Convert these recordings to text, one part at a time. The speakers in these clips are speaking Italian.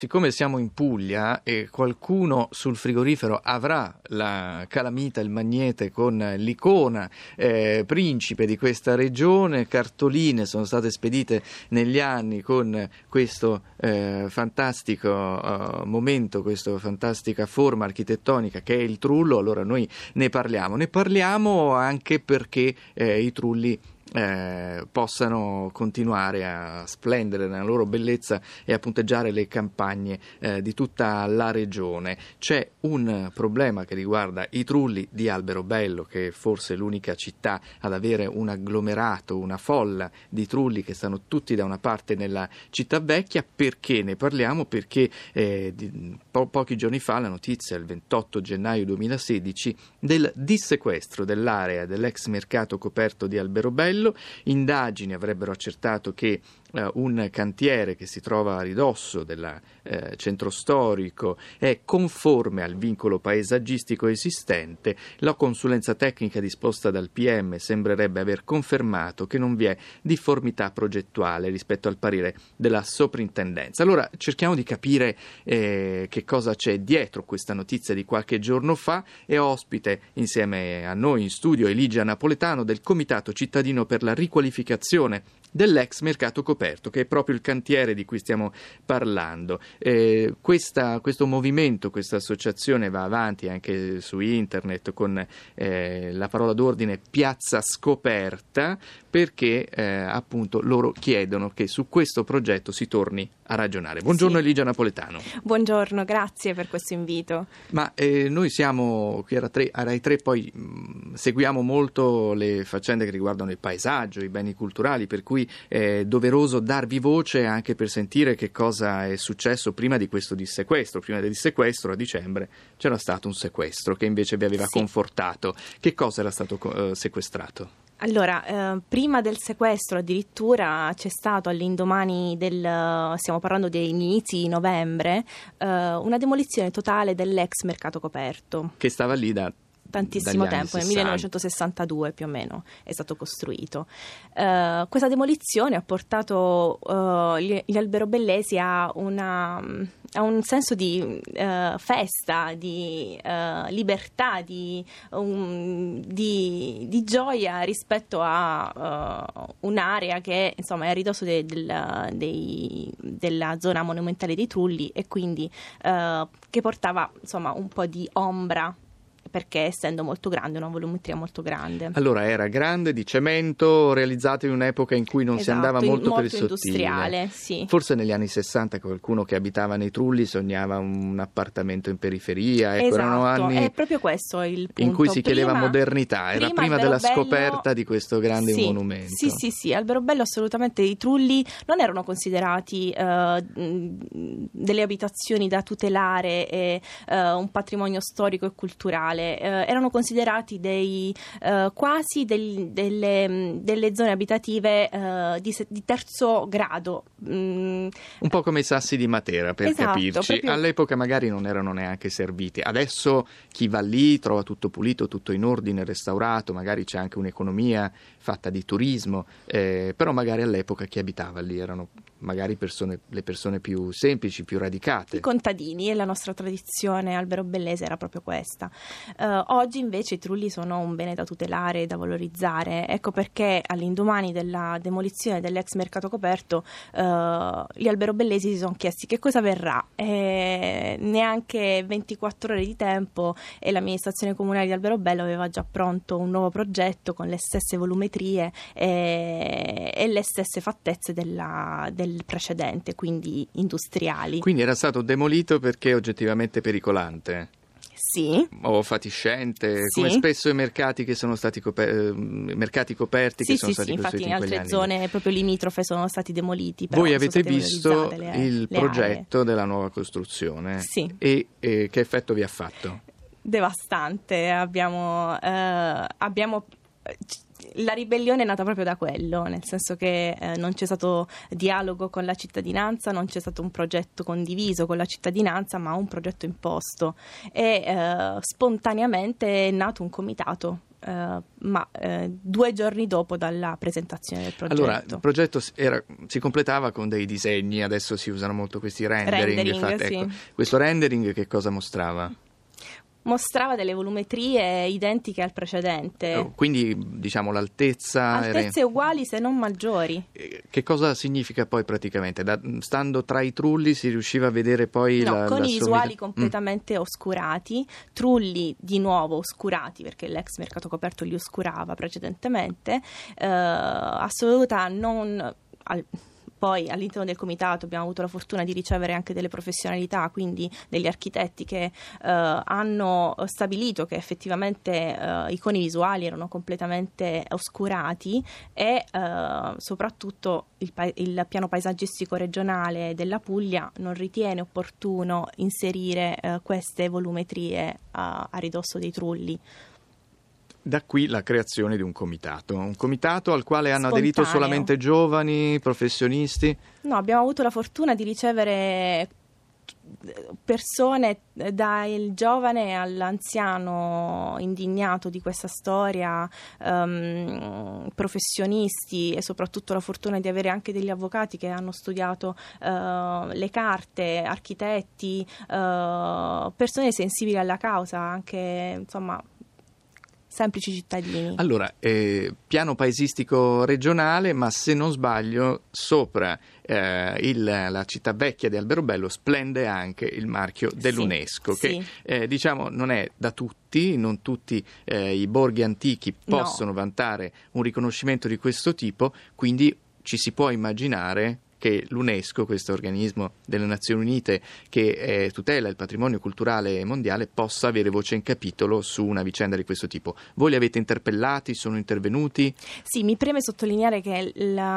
Siccome siamo in Puglia e qualcuno sul frigorifero avrà la calamita, il magnete con l'icona principe di questa regione, cartoline sono state spedite negli anni con questo fantastico momento, questa fantastica forma architettonica che è il trullo, allora noi ne parliamo anche perché i trulli possano continuare a splendere nella loro bellezza e a punteggiare le campagne di tutta la regione. C'è un problema che riguarda i trulli di Alberobello, che è forse l'unica città ad avere un agglomerato, una folla di trulli che stanno tutti da una parte nella città vecchia. Perché ne parliamo? Perché pochi giorni fa la notizia, il 28 gennaio 2016, del dissequestro dell'area dell'ex mercato coperto di Alberobello. Indagini avrebbero accertato che un cantiere che si trova a ridosso del centro storico è conforme al vincolo paesaggistico esistente. La consulenza tecnica disposta dal PM sembrerebbe aver confermato che non vi è difformità progettuale rispetto al parere della soprintendenza. Allora cerchiamo di capire che cosa c'è dietro questa notizia di qualche giorno fa. È ospite insieme a noi in studio Eligia Napoletano del Comitato Cittadino per la riqualificazione dell'ex mercato coperto, che è proprio il cantiere di cui stiamo parlando. Questo movimento, questa associazione va avanti anche su internet con la parola d'ordine Piazza Scoperta, perché appunto loro chiedono che su questo progetto si torni a ragionare. Buongiorno sì. Eligia Napoletano. Buongiorno, grazie per questo invito. Ma noi siamo qui a Rai 3, poi seguiamo molto le faccende che riguardano il paesaggio, i beni culturali, per cui è doveroso darvi voce anche per sentire che cosa è successo prima di questo dissequestro. Prima del dissequestro a dicembre c'era stato un sequestro che invece vi aveva confortato. Che cosa era stato sequestrato? Allora, prima del sequestro addirittura c'è stato all'indomani stiamo parlando degli inizi di novembre, una demolizione totale dell'ex mercato coperto. Che stava lì da tantissimo tempo, nel 1962 più o meno è stato costruito. Questa demolizione ha portato gli alberobellesi a un senso di festa, di libertà, di gioia rispetto a un'area che insomma è a ridosso della zona monumentale dei Trulli e quindi che portava insomma un po' di ombra, perché essendo molto grande, una volumetria molto grande. Allora era grande, di cemento, realizzato in un'epoca in cui non si andava molto per il sottile. Industriale, sì. Forse negli anni 60 qualcuno che abitava nei Trulli sognava un appartamento in periferia. Ecco, erano anni è proprio questo il punto. In cui si chiedeva modernità, era prima della scoperta di questo grande monumento. Sì, Alberobello assolutamente. I Trulli non erano considerati delle abitazioni da tutelare e un patrimonio storico e culturale. Erano considerati quasi delle zone abitative di terzo grado. Un po' come i sassi di Matera, per capirci. Proprio... All'epoca magari non erano neanche serviti. Adesso chi va lì trova tutto pulito, tutto in ordine, restaurato, magari c'è anche un'economia fatta di turismo, però magari all'epoca chi abitava lì erano magari le persone più semplici, più radicate. I contadini, e la nostra tradizione alberobellese era proprio questa. Oggi invece i Trulli sono un bene da tutelare e da valorizzare. Ecco perché all'indomani della demolizione dell'ex mercato coperto gli alberobellesi si sono chiesti che cosa verrà. Neanche 24 ore di tempo e l'amministrazione comunale di Alberobello aveva già pronto un nuovo progetto con le stesse volumetrie e le stesse fattezze del precedente, quindi industriali. Quindi era stato demolito perché è oggettivamente pericolante? Sì. O fatiscente, sì. Come spesso i mercati che sono stati mercati coperti che sono stati costruiti in altre zone proprio limitrofe sono stati demoliti. Voi avete visto il progetto aree della nuova costruzione? Sì. E che effetto vi ha fatto? Devastante. Abbiamo la ribellione è nata proprio da quello, nel senso che non c'è stato dialogo con la cittadinanza, non c'è stato un progetto condiviso con la cittadinanza, ma un progetto imposto e spontaneamente è nato un comitato ma 2 giorni dopo dalla presentazione del progetto. Allora, il progetto si completava con dei disegni, adesso si usano molto questi rendering sì. ecco. Questo rendering che cosa mostrava? Mostrava delle volumetrie identiche al precedente. Quindi, diciamo, altezze uguali se non maggiori. Che cosa significa poi praticamente? Stando tra i trulli si riusciva a vedere poi con i visuali completamente oscurati, trulli di nuovo oscurati perché l'ex mercato coperto li oscurava precedentemente, assoluta non... Poi all'interno del comitato abbiamo avuto la fortuna di ricevere anche delle professionalità, quindi degli architetti che hanno stabilito che effettivamente i coni visuali erano completamente oscurati e soprattutto il piano paesaggistico regionale della Puglia non ritiene opportuno inserire queste volumetrie a ridosso dei trulli. Da qui la creazione di un comitato al quale hanno aderito solamente giovani, professionisti? No, abbiamo avuto la fortuna di ricevere persone dal giovane all'anziano indignato di questa storia, professionisti e soprattutto la fortuna di avere anche degli avvocati che hanno studiato le carte, architetti, persone sensibili alla causa, anche insomma semplici cittadini. Allora, piano paesistico regionale, ma se non sbaglio sopra la città vecchia di Alberobello splende anche il marchio dell'UNESCO, che diciamo non è da tutti, non tutti i borghi antichi possono vantare un riconoscimento di questo tipo, quindi ci si può immaginare che l'UNESCO, questo organismo delle Nazioni Unite che tutela il patrimonio culturale mondiale, possa avere voce in capitolo su una vicenda di questo tipo. Voi li avete interpellati? Sono intervenuti? Sì, mi preme sottolineare che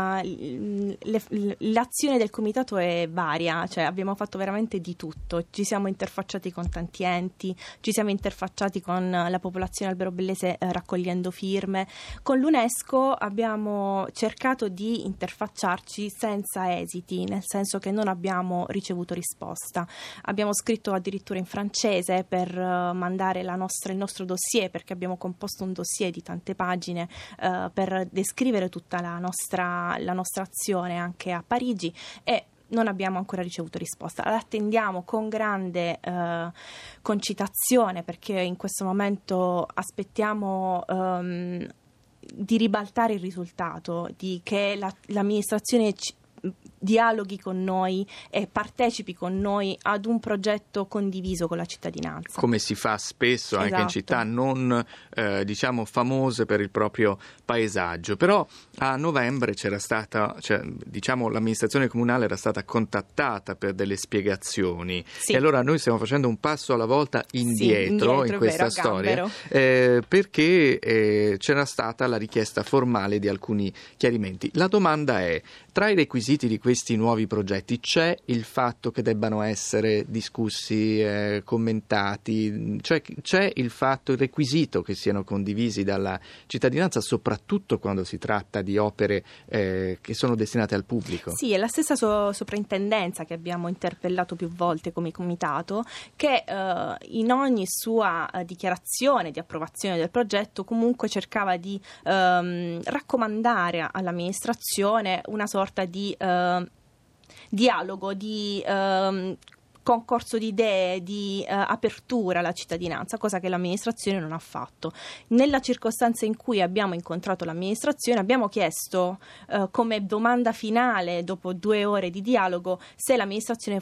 l'azione del comitato è varia, cioè abbiamo fatto veramente di tutto, ci siamo interfacciati con tanti enti, ci siamo interfacciati con la popolazione alberobellese raccogliendo firme. Con l'UNESCO abbiamo cercato di interfacciarci senza esiti, nel senso che non abbiamo ricevuto risposta. Abbiamo scritto addirittura in francese per mandare il nostro dossier, perché abbiamo composto un dossier di tante pagine per descrivere tutta la nostra azione anche a Parigi, e non abbiamo ancora ricevuto risposta. Attendiamo con grande concitazione, perché in questo momento aspettiamo di ribaltare il risultato, di che l'amministrazione dialoghi con noi e partecipi con noi ad un progetto condiviso con la cittadinanza. Come si fa spesso anche in città non diciamo famose per il proprio paesaggio. Però a novembre c'era stata, diciamo l'amministrazione comunale era stata contattata per delle spiegazioni, e allora noi stiamo facendo un passo alla volta indietro in questa storia, perché c'era stata la richiesta formale di alcuni chiarimenti. La domanda è: tra i requisiti di questi nuovi progetti c'è il fatto che debbano essere discussi, commentati, cioè c'è il requisito che siano condivisi dalla cittadinanza, soprattutto quando si tratta di opere che sono destinate al pubblico? Sì, è la stessa soprintendenza che abbiamo interpellato più volte come comitato, che in ogni sua dichiarazione di approvazione del progetto comunque cercava di raccomandare all'amministrazione una sorta di dialogo, di concorso di idee, di apertura alla cittadinanza, cosa che l'amministrazione non ha fatto. Nella circostanza in cui abbiamo incontrato l'amministrazione, abbiamo chiesto come domanda finale, dopo 2 ore di dialogo, se l'amministrazione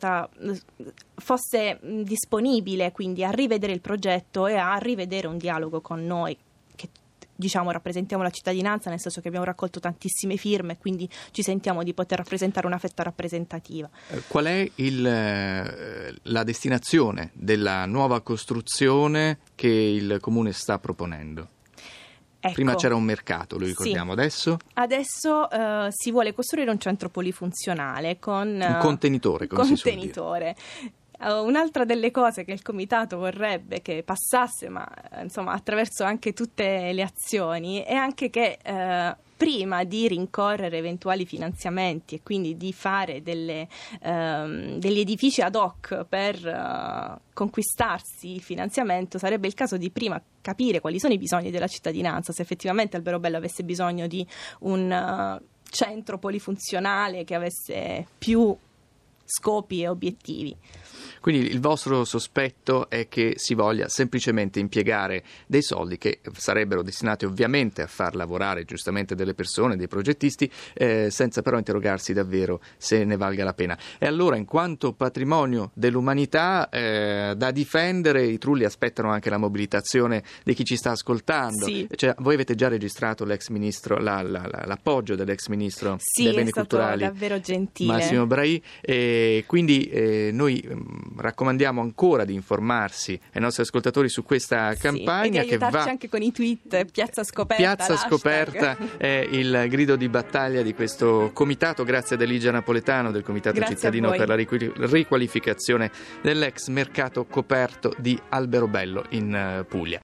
fosse disponibile quindi a rivedere il progetto e a rivedere un dialogo con noi, che diciamo rappresentiamo la cittadinanza, nel senso che abbiamo raccolto tantissime firme e quindi ci sentiamo di poter rappresentare una fetta rappresentativa. Qual è la destinazione della nuova costruzione che il Comune sta proponendo? Prima c'era un mercato, lo ricordiamo, Adesso si vuole costruire un centro polifunzionale con un contenitore, come si suol dire. Un'altra delle cose che il comitato vorrebbe che passasse, ma insomma attraverso anche tutte le azioni, è anche che prima di rincorrere eventuali finanziamenti e quindi di fare degli edifici ad hoc per conquistarsi il finanziamento, sarebbe il caso di prima capire quali sono i bisogni della cittadinanza, se effettivamente Alberobello avesse bisogno di un centro polifunzionale che avesse più scopi e obiettivi. Quindi il vostro sospetto è che si voglia semplicemente impiegare dei soldi che sarebbero destinati ovviamente a far lavorare giustamente delle persone, dei progettisti, senza però interrogarsi davvero se ne valga la pena. E allora, in quanto patrimonio dell'umanità da difendere, i trulli aspettano anche la mobilitazione di chi ci sta ascoltando. Sì. Cioè, voi avete già registrato l'ex ministro, l'appoggio dell'ex ministro dei beni culturali, davvero gentile, Massimo Brai, e quindi noi raccomandiamo ancora di informarsi ai nostri ascoltatori su questa campagna, e di aiutarci che va anche con i tweet. Piazza Scoperta, Piazza Scoperta è il grido di battaglia di questo comitato. Grazie ad Eligia Napoletano del Comitato Grazie Cittadino per la riqualificazione dell'ex mercato coperto di Alberobello in Puglia.